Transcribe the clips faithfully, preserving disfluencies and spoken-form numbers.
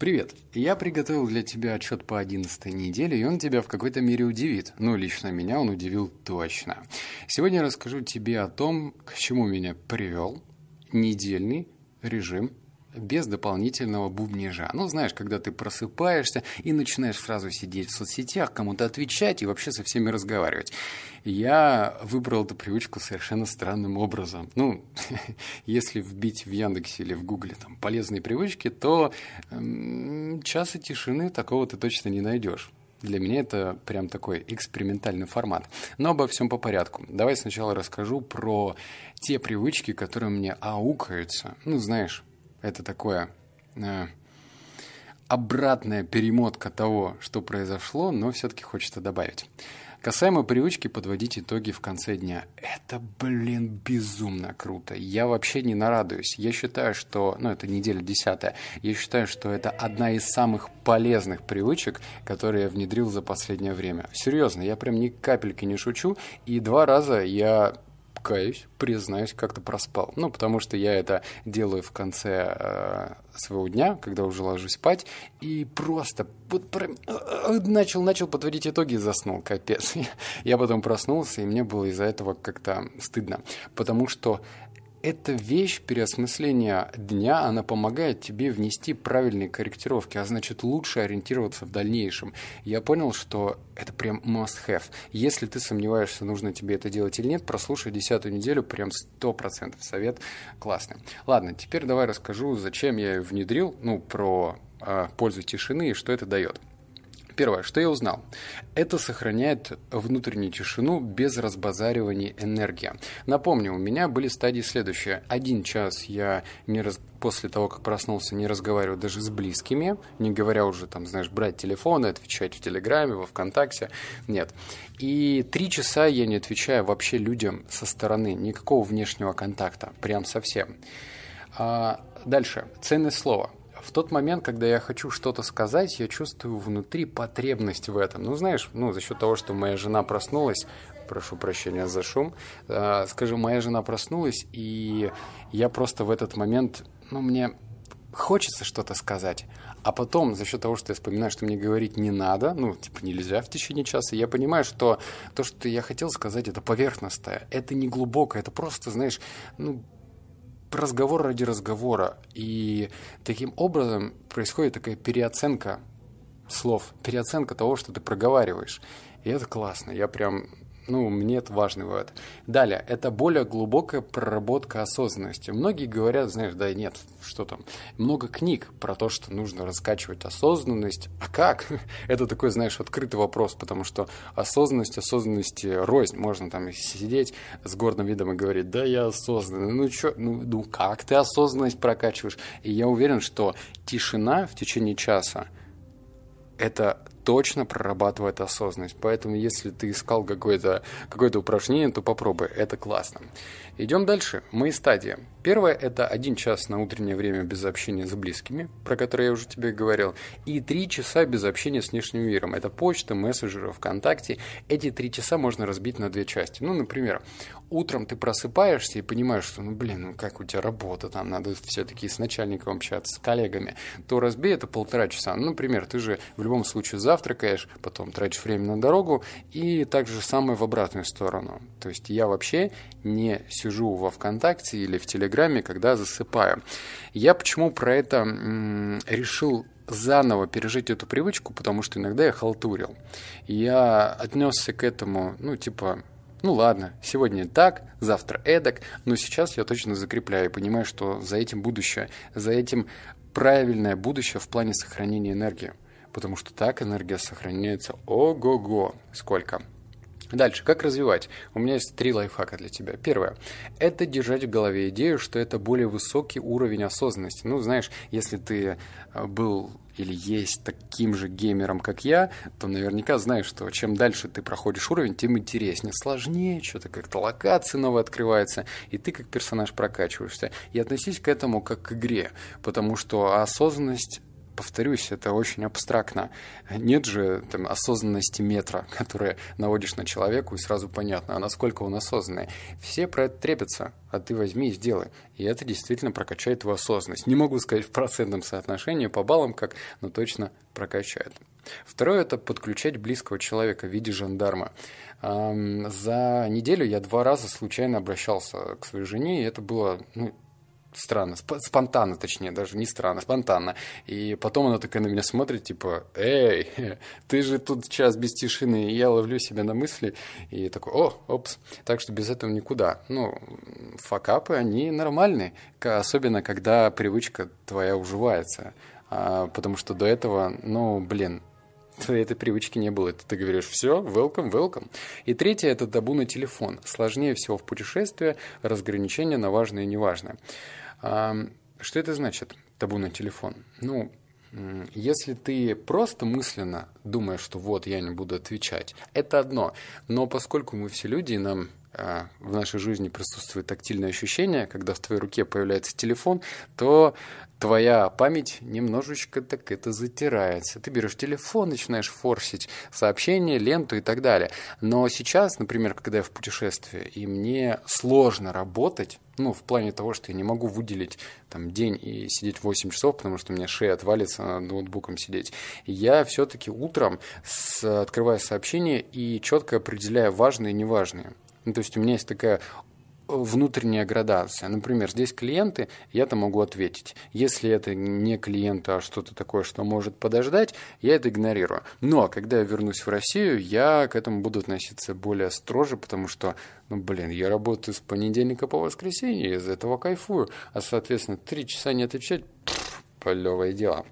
Привет! Я приготовил для тебя отчет по одиннадцатой неделе, и он тебя в какой-то мере удивит. Ну, лично меня он удивил точно. Сегодня я расскажу тебе о том, к чему меня привел недельный режим без дополнительного бубнижа. Ну, знаешь, когда ты просыпаешься и начинаешь сразу сидеть в соцсетях, кому-то отвечать и вообще со всеми разговаривать. Я выбрал эту привычку совершенно странным образом. Ну, если вбить в Яндексе или в Гугле там полезные привычки, то эм, часа тишины такого ты точно не найдешь. Для меня это прям такой экспериментальный формат. Но обо всем по порядку. Давай сначала расскажу про те привычки, которые мне аукаются. Ну, знаешь, это такое э, обратная перемотка того, что произошло, но все-таки хочется добавить. Касаемо привычки подводить итоги в конце дня. Это, блин, безумно круто. Я вообще не нарадуюсь. Я считаю, что... Ну, это неделя десятая. Я считаю, что это одна из самых полезных привычек, которые я внедрил за последнее время. Серьезно, я прям ни капельки не шучу. И два раза я... каюсь, признаюсь, как-то проспал. Ну, потому что я это делаю в конце э, своего дня, когда уже ложусь спать, и просто вот прям, э, начал, начал подводить итоги и заснул, капец. Я потом проснулся, и мне было из-за этого как-то стыдно, потому что эта вещь переосмысления дня, она помогает тебе внести правильные корректировки, а значит лучше ориентироваться в дальнейшем. Я понял, что это прям must have. Если ты сомневаешься, нужно тебе это делать или нет, прослушай десятую неделю, прям сто процентов совет классный. Ладно, теперь давай расскажу, зачем я ее внедрил, ну, про э, пользу тишины и что это дает. Первое, что я узнал, это сохраняет внутреннюю тишину без разбазаривания энергии. Напомню, у меня были стадии следующие. Один час я не раз... после того, как проснулся, не разговариваю даже с близкими, не говоря уже, там, знаешь, брать телефон и отвечать в Телеграме, во ВКонтакте. Нет. И три часа я не отвечаю вообще людям со стороны, никакого внешнего контакта, прям совсем. А дальше, ценное слово. В тот момент, когда я хочу что-то сказать, я чувствую внутри потребность в этом. Ну, знаешь, ну, за счет того, что моя жена проснулась, прошу прощения за шум, э, скажем, моя жена проснулась, и я просто в этот момент, ну, мне хочется что-то сказать. А потом, за счет того, что я вспоминаю, что мне говорить не надо, ну, типа, нельзя в течение часа, я понимаю, что то, что я хотел сказать, это поверхностное, это не глубокое, это просто, знаешь, ну, разговор ради разговора. И таким образом происходит такая переоценка слов, переоценка того, что ты проговариваешь. И это классно. Я прям... Ну, мне это важный вывод. Далее, это более глубокая проработка осознанности. Многие говорят, знаешь, да нет, что там, много книг про то, что нужно раскачивать осознанность. А как? Это такой, знаешь, открытый вопрос, потому что осознанность, осознанности рознь. Можно там сидеть с гордым видом и говорить, да я осознанный. Ну, что, ну, ну как ты осознанность прокачиваешь? И я уверен, что тишина в течение часа – это точно прорабатывает осознанность. Поэтому, если ты искал какое-то, какое-то упражнение, то попробуй. Это классно. Идем дальше. Мои стадии. Первое – это один час на утреннее время без общения с близкими, про которые я уже тебе говорил, и три часа без общения с внешним миром. Это почта, мессенджеры, ВКонтакте. Эти три часа можно разбить на две части. Ну, например, утром ты просыпаешься и понимаешь, что, ну, блин, ну как у тебя работа, там надо все-таки с начальником общаться, с коллегами, то разбей это полтора часа. Ну, например, ты же в любом случае завтракаешь, потом тратишь время на дорогу, и так же самое в обратную сторону. То есть я вообще не сижу во ВКонтакте или в Телеграме, когда засыпаю. Я почему про это м- решил заново пережить эту привычку, потому что иногда я халтурил. Я отнесся к этому, ну, типа... Ну ладно, сегодня так, завтра эдак, но сейчас я точно закрепляю и понимаю, что за этим будущее, за этим правильное будущее в плане сохранения энергии. Потому что так энергия сохраняется ого-го сколько. Дальше, как развивать? У меня есть три лайфхака для тебя. Первое – это держать в голове идею, что это более высокий уровень осознанности. Ну, знаешь, если ты был или есть таким же геймером, как я, то наверняка знаешь, что чем дальше ты проходишь уровень, тем интереснее, сложнее, что-то как-то локации новые открываются, и ты как персонаж прокачиваешься. И относись к этому как к игре, потому что осознанность повторюсь, это очень абстрактно. Нет же там осознанности метра, которую наводишь на человека, и сразу понятно, а насколько он осознанный. Все про это трепятся, а ты возьми и сделай. И это действительно прокачает твою осознанность. Не могу сказать в процентном соотношении, по баллам как, но точно прокачает. Второе – это подключать близкого человека в виде жандарма. За неделю я два раза случайно обращался к своей жене, и это было, ну, странно, сп- спонтанно, точнее, даже не странно, спонтанно. И потом она такая на меня смотрит, типа, эй, ты же тут час без тишины, и я ловлю себя на мысли, и такой, о, опс, так что без этого никуда. Ну, факапы, они нормальные, особенно когда привычка твоя уживается, а, потому что до этого, ну, блин, твоей этой привычки не было. Это ты говоришь, все, welcome, welcome. И третье – это табу на телефон. Сложнее всего в путешествии разграничение на важное и неважное. А, что это значит, табу на телефон? Ну, если ты просто мысленно думаешь, что вот, я не буду отвечать, это одно. Но поскольку мы все люди, и нам а, в нашей жизни присутствует тактильное ощущение, когда в твоей руке появляется телефон, то твоя память немножечко так это затирается. Ты берешь телефон, начинаешь форсить сообщения, ленту и так далее. Но сейчас, например, когда я в путешествии, и мне сложно работать, ну, в плане того, что я не могу выделить там день и сидеть восемь часов, потому что у меня шея отвалится над ноутбуком сидеть. Я все-таки утром с, открываю сообщения и четко определяю важные и неважные. Ну, то есть у меня есть такая внутренняя градация. Например, здесь клиенты, я там могу ответить. Если это не клиент, а что-то такое, что может подождать, я это игнорирую. Но когда я вернусь в Россию, я к этому буду относиться более строже, потому что, ну, блин, я работаю с понедельника по воскресенье, я из этого кайфую, а, соответственно, три часа не отвечать, пфф, полевое дело.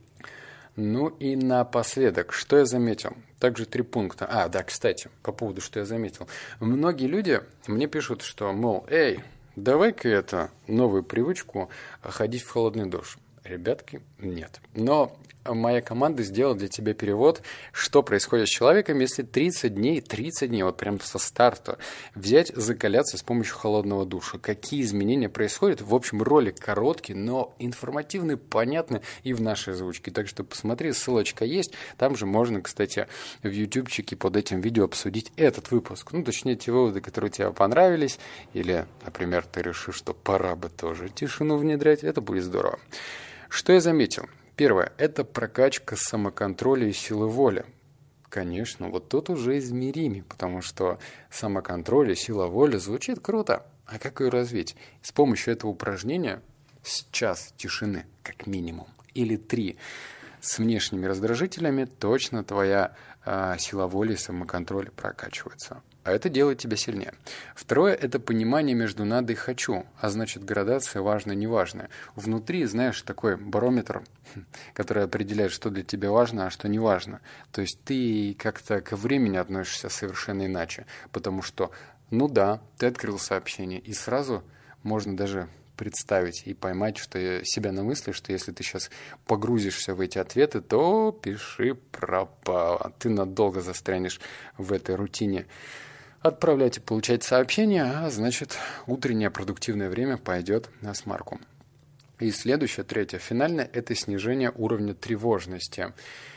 Ну и напоследок, что я заметил? Также три пункта. А, да, кстати, по поводу, что я заметил. Многие люди мне пишут, что, мол, эй, давай-ка это, новую привычку, ходить в холодный душ. Ребятки, нет. Но моя команда сделала для тебя перевод, что происходит с человеком, если тридцать дней, тридцать дней, вот прям со старта, взять, закаляться с помощью холодного душа. Какие изменения происходят? В общем, ролик короткий, но информативный, понятный и в нашей озвучке. Так что посмотри, ссылочка есть. Там же можно, кстати, в ютубчике под этим видео обсудить этот выпуск. Ну, точнее, те выводы, которые тебе понравились. Или, например, ты решишь, что пора бы тоже тишину внедрять. Это будет здорово. Что я заметил? Первое – это прокачка самоконтроля и силы воли. Конечно, вот тут уже измеримее, потому что самоконтроль и сила воли звучит круто. А как ее развить? С помощью этого упражнения час тишины, как минимум, или три с внешними раздражителями, точно твоя э, сила воли и самоконтроль прокачиваются. А это делает тебя сильнее. Второе – это понимание между «надо» и «хочу», а значит градация важно-неважно. Внутри, знаешь, такой барометр, который определяет, что для тебя важно, а что не важно. То есть ты как-то ко времени относишься совершенно иначе, потому что, ну да, ты открыл сообщение, и сразу можно даже представить и поймать, что себя на мысли, что если ты сейчас погрузишься в эти ответы, то пиши пропало. Ты надолго застрянешь в этой рутине. Отправлять и получать сообщения, а значит, утреннее продуктивное время пойдет на смарку. И следующее, третье, финальное, это снижение уровня тревожности.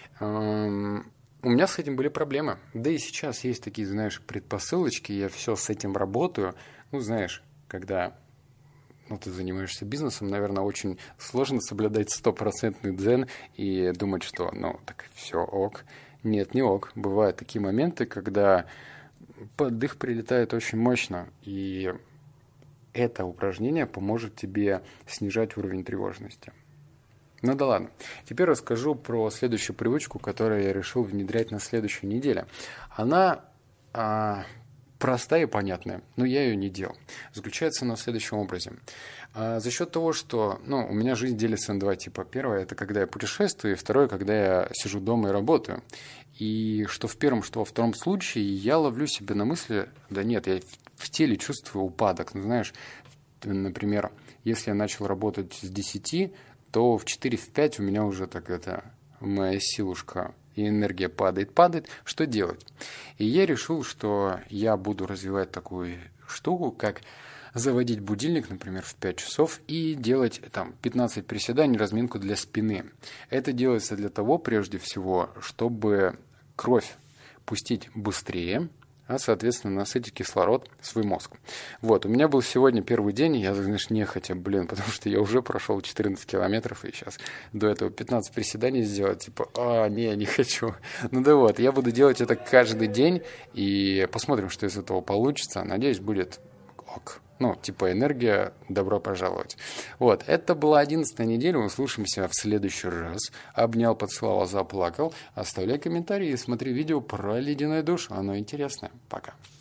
Эм, у меня с этим были проблемы. Да и сейчас есть такие, знаешь, предпосылочки, я все с этим работаю. Ну, знаешь, когда ну, ты занимаешься бизнесом, наверное, очень сложно соблюдать стопроцентный дзен и думать, что, ну, так все ок. Нет, не ок. Бывают такие моменты, когда поддых прилетает очень мощно, и это упражнение поможет тебе снижать уровень тревожности. Ну да ладно. Теперь расскажу про следующую привычку, которую я решил внедрять на следующей неделе. Она а, простая и понятная, но я ее не делал. Заключается она в следующем образе. А, за счет того, что ну, у меня жизнь делится на два типа. Первое – это когда я путешествую, и второе – когда я сижу дома и работаю. И что в первом, что во втором случае я ловлю себя на мысли, да нет, я в теле чувствую упадок. Ну, знаешь, например, если я начал работать с десяти, то в четыре-пять у меня уже так это, моя силушка и энергия падает, падает. Что делать? И я решил, что я буду развивать такую штуку, как заводить будильник, например, в пять часов и делать там пятнадцать приседаний, разминку для спины. Это делается для того, прежде всего, чтобы кровь пустить быстрее, а, соответственно, насытить кислород в свой мозг. Вот, у меня был сегодня первый день, я, знаешь, нехотя, блин, потому что я уже прошел четырнадцать километров, и сейчас до этого пятнадцать приседаний сделать, типа, а, не, не хочу. Ну да вот, я буду делать это каждый день, и посмотрим, что из этого получится. Надеюсь, будет ок. Ну, типа энергия, добро пожаловать. Вот, это была одиннадцатая неделя, услышимся в следующий раз. Обнял, поцеловал, заплакал. Оставляй комментарии и смотри видео про ледяной душ, оно интересное. Пока.